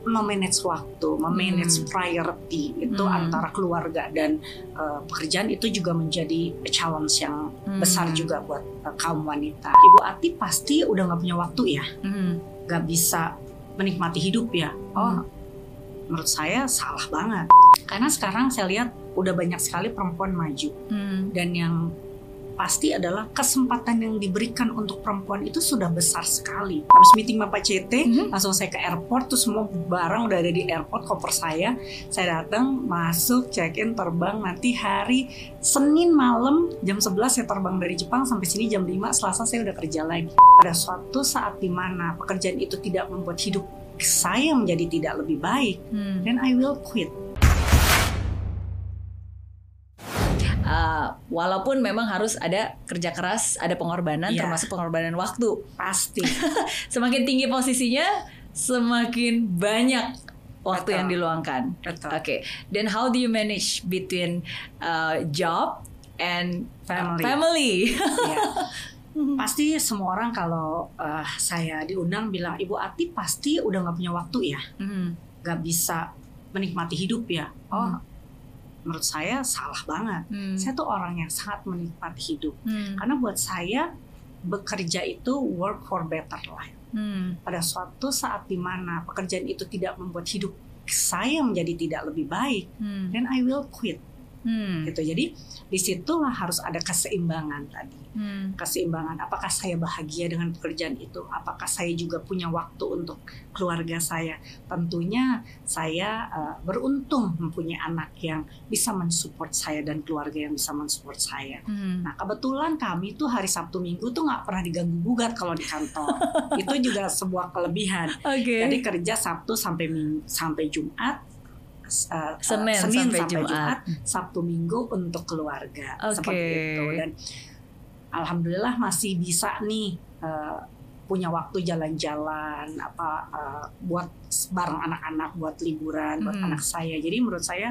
memanage waktu, memanage priority itu antara keluarga dan pekerjaan itu juga menjadi challenge yang besar juga buat kaum wanita. Ibu Ati pasti udah nggak punya waktu ya, nggak bisa menikmati hidup ya. Menurut saya salah banget. Karena sekarang saya lihat udah banyak sekali perempuan maju dan yang pasti adalah kesempatan yang diberikan untuk perempuan itu sudah besar sekali. Habis meeting sama Pak CT, langsung saya ke airport, tuh semua barang udah ada di airport, koper saya datang, masuk, check-in, terbang, nanti hari Senin malam jam 11 saya terbang dari Jepang sampai sini jam 5, Selasa saya udah kerja lagi. Pada suatu saat di mana pekerjaan itu tidak membuat hidup saya menjadi tidak lebih baik, then I will quit. Walaupun memang harus ada kerja keras, ada pengorbanan, termasuk pengorbanan waktu. Pasti. Semakin tinggi posisinya, semakin banyak waktu yang diluangkan. Oke. Then how do you manage between job and family? Pasti semua orang kalau saya diundang bilang, Ibu Ati pasti udah nggak punya waktu ya, nggak bisa menikmati hidup ya. Menurut saya salah banget. Saya tuh orang yang sangat menikmati hidup. Karena buat saya bekerja itu work for better life. Pada suatu saat di mana pekerjaan itu tidak membuat hidup saya menjadi tidak lebih baik, then I will quit. Gitu. Jadi disitulah harus ada keseimbangan tadi. Keseimbangan, apakah saya bahagia dengan pekerjaan itu, apakah saya juga punya waktu untuk keluarga saya. Tentunya saya beruntung mempunyai anak yang bisa mensupport saya dan keluarga yang bisa mensupport saya. Nah kebetulan kami tuh hari Sabtu Minggu tuh nggak pernah diganggu gugat kalau di kantor. Itu juga sebuah kelebihan. Jadi kerja Sabtu sampai Jumat, Senin sampai Jumat, Sabtu Minggu untuk keluarga, seperti itu. Dan alhamdulillah masih bisa nih punya waktu jalan-jalan, buat bareng anak-anak, buat liburan, buat anak saya. Jadi menurut saya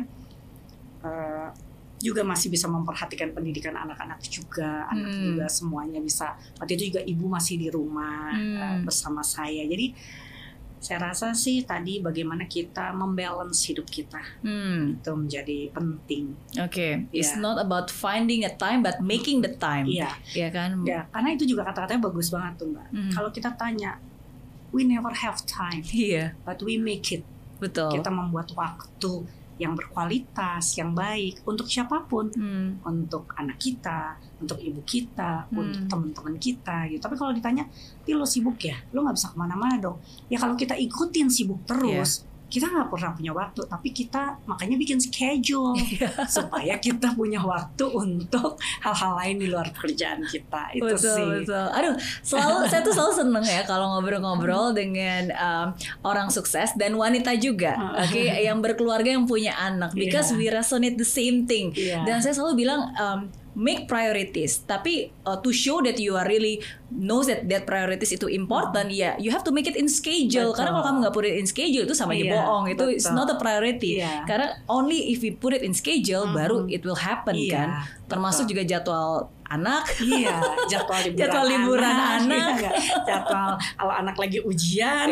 juga masih bisa memperhatikan pendidikan anak-anak juga, anak juga semuanya bisa. Waktu itu juga ibu masih di rumah bersama saya. Jadi saya rasa sih tadi bagaimana kita membalance hidup kita itu menjadi penting. It's not about finding a time but making the time. Iya kan? Ya, karena itu juga kata-katanya bagus banget tuh Mbak. Kalau kita tanya, we never have time, but we make it. Betul. Kita membuat waktu yang berkualitas, yang baik untuk siapapun, untuk anak kita, untuk ibu kita, untuk teman-teman kita gitu. Tapi kalau ditanya, lo sibuk ya, lo nggak bisa kemana-mana dong. Ya kalau kita ikutin sibuk terus, kita nggak pernah punya waktu. Tapi kita makanya bikin schedule supaya kita punya waktu untuk hal-hal lain di luar pekerjaan kita. Itu betul. Aduh, saya tuh selalu seneng ya kalau ngobrol-ngobrol dengan orang sukses dan wanita juga, yang berkeluarga, yang punya anak, because we resonate the same thing. Dan saya selalu bilang, make priorities, tapi to show that you are really knows that priorities itu important, you have to make it in schedule. Karena kalau kamu nggak put it in schedule itu sama aja bohong. Itu it's not a priority. Karena only if we put it in schedule baru it will happen kan. Termasuk juga jadwal anak, jadwal liburan anak, jadwal kalau anak lagi ujian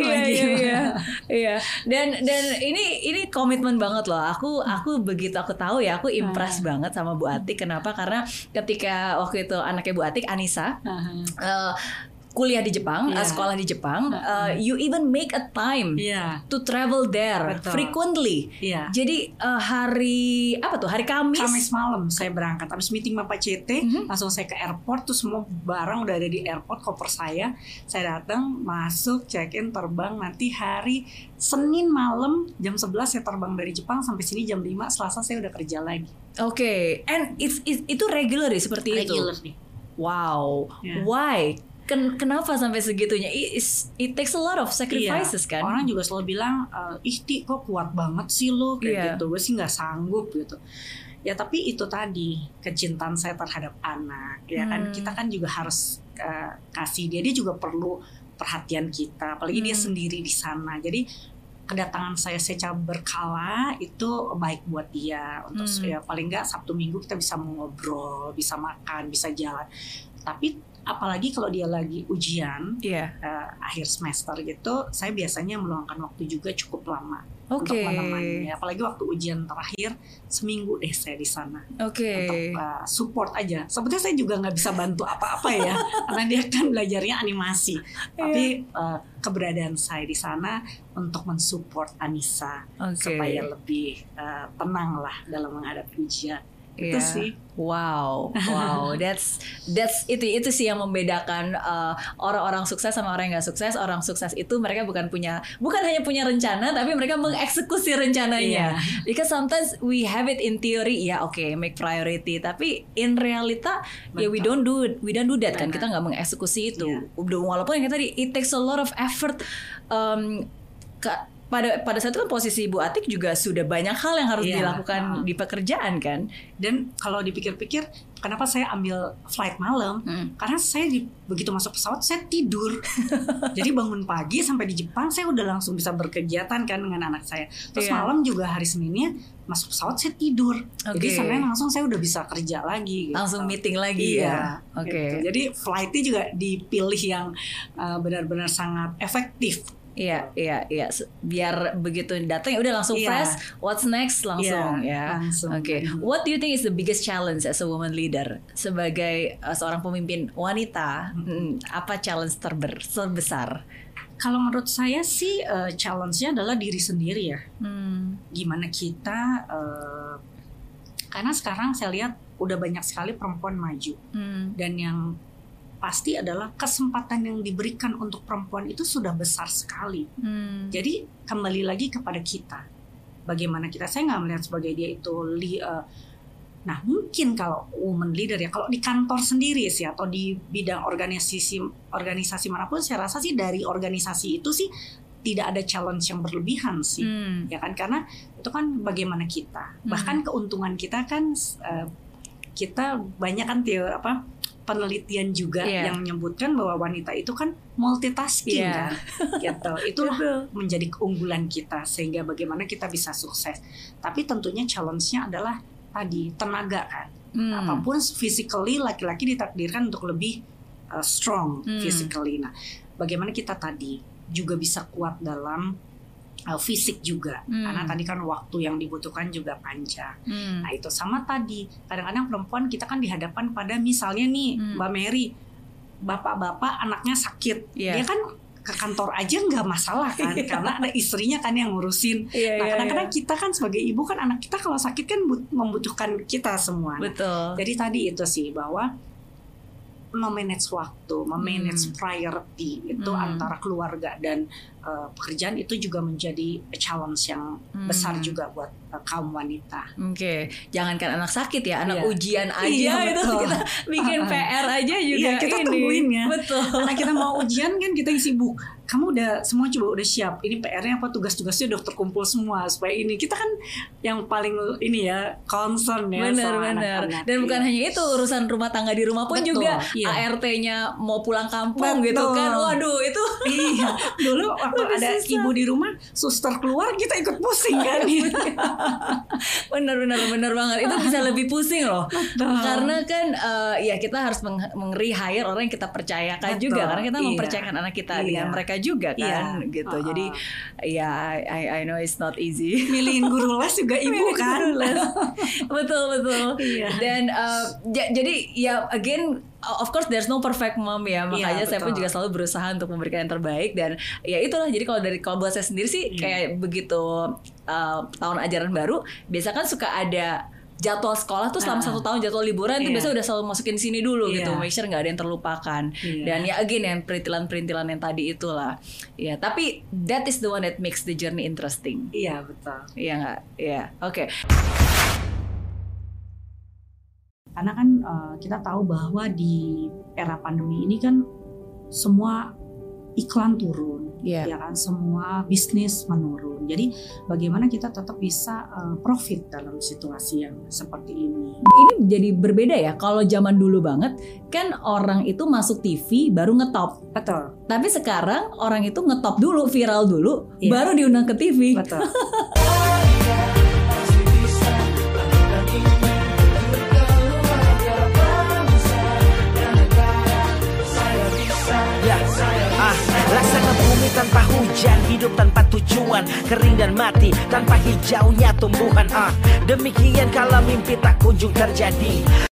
Dan ini komitmen banget loh. Aku begitu aku tahu ya, aku impress banget sama Bu Atik. Kenapa? Karena ketika waktu itu anaknya Bu Atik, Anissa, kuliah di Jepang, sekolah di Jepang, you even make a time to travel there frequently. Jadi hari Kamis malam saya berangkat, habis meeting sama Pak CT, langsung saya ke airport, tuh semua barang udah ada di airport, koper saya datang, masuk, check-in, terbang, nanti hari Senin malam jam 11 saya terbang dari Jepang sampai sini jam 5, Selasa saya udah kerja lagi. And itu regular ya seperti itu? Regular nih. Wow, why? Kenapa sampai segitunya? It takes a lot of sacrifices kan? Orang juga selalu bilang, Ti kok kuat banget sih lo kayak gitu. Gue sih nggak sanggup gitu. Ya tapi itu tadi kecintaan saya terhadap anak. Ya kan kita kan juga harus kasih dia juga perlu perhatian kita. Apalagi dia sendiri di sana. Jadi kedatangan saya secara berkala itu baik buat dia. Untuk ya paling nggak Sabtu Minggu kita bisa ngobrol, bisa makan, bisa jalan. Tapi apalagi kalau dia lagi ujian akhir semester gitu, saya biasanya meluangkan waktu juga cukup lama untuk menemani. Apalagi waktu ujian terakhir, seminggu deh saya di sana untuk support aja. Sebetulnya saya juga nggak bisa bantu apa-apa ya, karena dia kan belajarnya animasi. Tapi keberadaan saya di sana untuk mensupport Anissa supaya lebih tenang lah dalam menghadapi ujian. Itu sih. Wow, that's itu sih yang membedakan orang-orang sukses sama orang yang nggak sukses. Orang sukses itu mereka bukan hanya punya rencana, tapi mereka mengeksekusi rencananya. Because sometimes we have it in theory, make priority, tapi in realita we don't do that kan. Kita nggak mengeksekusi itu. Walaupun yang tadi it takes a lot of effort. Pada saat itu kan posisi Bu Atik juga sudah banyak hal yang harus dilakukan di pekerjaan kan. Dan kalau dipikir-pikir, kenapa saya ambil flight malam? Karena saya begitu masuk pesawat saya tidur. Jadi bangun pagi sampai di Jepang saya udah langsung bisa berkegiatan kan dengan anak saya. Terus malam juga hari Seninnya masuk pesawat saya tidur. Jadi Senin langsung saya udah bisa kerja lagi gitu. Langsung meeting lagi gitu. Jadi flightnya juga dipilih yang benar-benar sangat efektif. Iya. Biar begitu datang ya udah langsung fresh. What's next langsung langsung. What do you think is the biggest challenge as a woman leader sebagai seorang pemimpin wanita? Apa challenge terbesar? Kalau menurut saya sih challenge-nya adalah diri sendiri ya. Gimana kita karena sekarang saya lihat udah banyak sekali perempuan maju dan yang pasti adalah kesempatan yang diberikan untuk perempuan itu sudah besar sekali. Jadi kembali lagi kepada kita, bagaimana kita. Saya nggak melihat sebagai dia itu nah mungkin kalau woman leader ya, kalau di kantor sendiri sih atau di bidang organisasi manapun, saya rasa sih dari organisasi itu sih tidak ada challenge yang berlebihan sih, ya kan, karena itu kan bagaimana kita, bahkan keuntungan kita kan kita banyak kan penelitian juga yang menyebutkan bahwa wanita itu kan multitasking kan, gitu. Itu menjadi keunggulan kita sehingga bagaimana kita bisa sukses. Tapi tentunya challenge-nya adalah tadi tenaga kan. Apapun physically laki-laki ditakdirkan untuk lebih strong physically. Nah, bagaimana kita tadi juga bisa kuat dalam fisik juga, karena tadi kan waktu yang dibutuhkan juga panjang. Nah itu sama tadi, kadang-kadang perempuan kita kan dihadapan pada misalnya nih Mbak Mary, bapak-bapak anaknya sakit, dia kan ke kantor aja nggak masalah kan, karena ada istrinya kan yang ngurusin. Nah kadang-kadang kita kan sebagai ibu kan anak kita kalau sakit kan membutuhkan kita semua. Betul. Jadi tadi itu sih bahwa memanage waktu, memanage priority itu antara keluarga dan pekerjaan itu juga menjadi challenge yang besar juga buat kaum wanita. Jangankan anak sakit ya, anak ujian aja itu kita bikin PR aja juga. Kita tungguin ya. Betul. Karena kita mau ujian kan kita sibuk. Kamu udah semua coba udah siap. Ini PR-nya apa, tugas-tugasnya udah terkumpul semua supaya ini. Kita kan yang paling ini ya concern ya. Benar. Dan bukan hanya itu, urusan rumah tangga di rumah pun juga ART-nya mau pulang kampung gitu kan. Waduh itu. Dulu waktu ada ibu di rumah, suster keluar kita ikut pusing kan. Benar banget. Itu bisa lebih pusing loh. Karena kan kita harus meng-rehire orang yang kita percayakan juga, karena kita mempercayakan anak kita dengan mereka juga kan gitu. Jadi I know it's not easy. Milihin guru les juga ibu kan. Betul. Dan jadi again, of course there's no perfect mom ya, makanya saya pun juga selalu berusaha untuk memberikan yang terbaik. Dan ya itulah, jadi kalau buat saya sendiri sih kayak begitu tahun ajaran baru biasa kan suka ada jadwal sekolah tuh selama 1 tahun, jadwal liburan tuh biasa udah selalu masukin sini dulu gitu, make sure nggak ada yang terlupakan. Dan ya again yang perintilan yang tadi itulah tapi that is the one that makes the journey interesting. Betul. Iya nggak? Oke. Karena kan kita tahu bahwa di era pandemi ini kan semua iklan turun, ya kan, semua bisnis menurun. Jadi bagaimana kita tetap bisa profit dalam situasi yang seperti ini? Ini jadi berbeda ya. Kalau zaman dulu banget kan orang itu masuk TV baru ngetop. Betul. Tapi sekarang orang itu ngetop dulu, viral dulu, baru diundang ke TV. Betul. Laksana bumi tanpa hujan, hidup tanpa tujuan, kering dan mati tanpa hijaunya tumbuhan. Demikian kalau mimpi tak kunjung terjadi.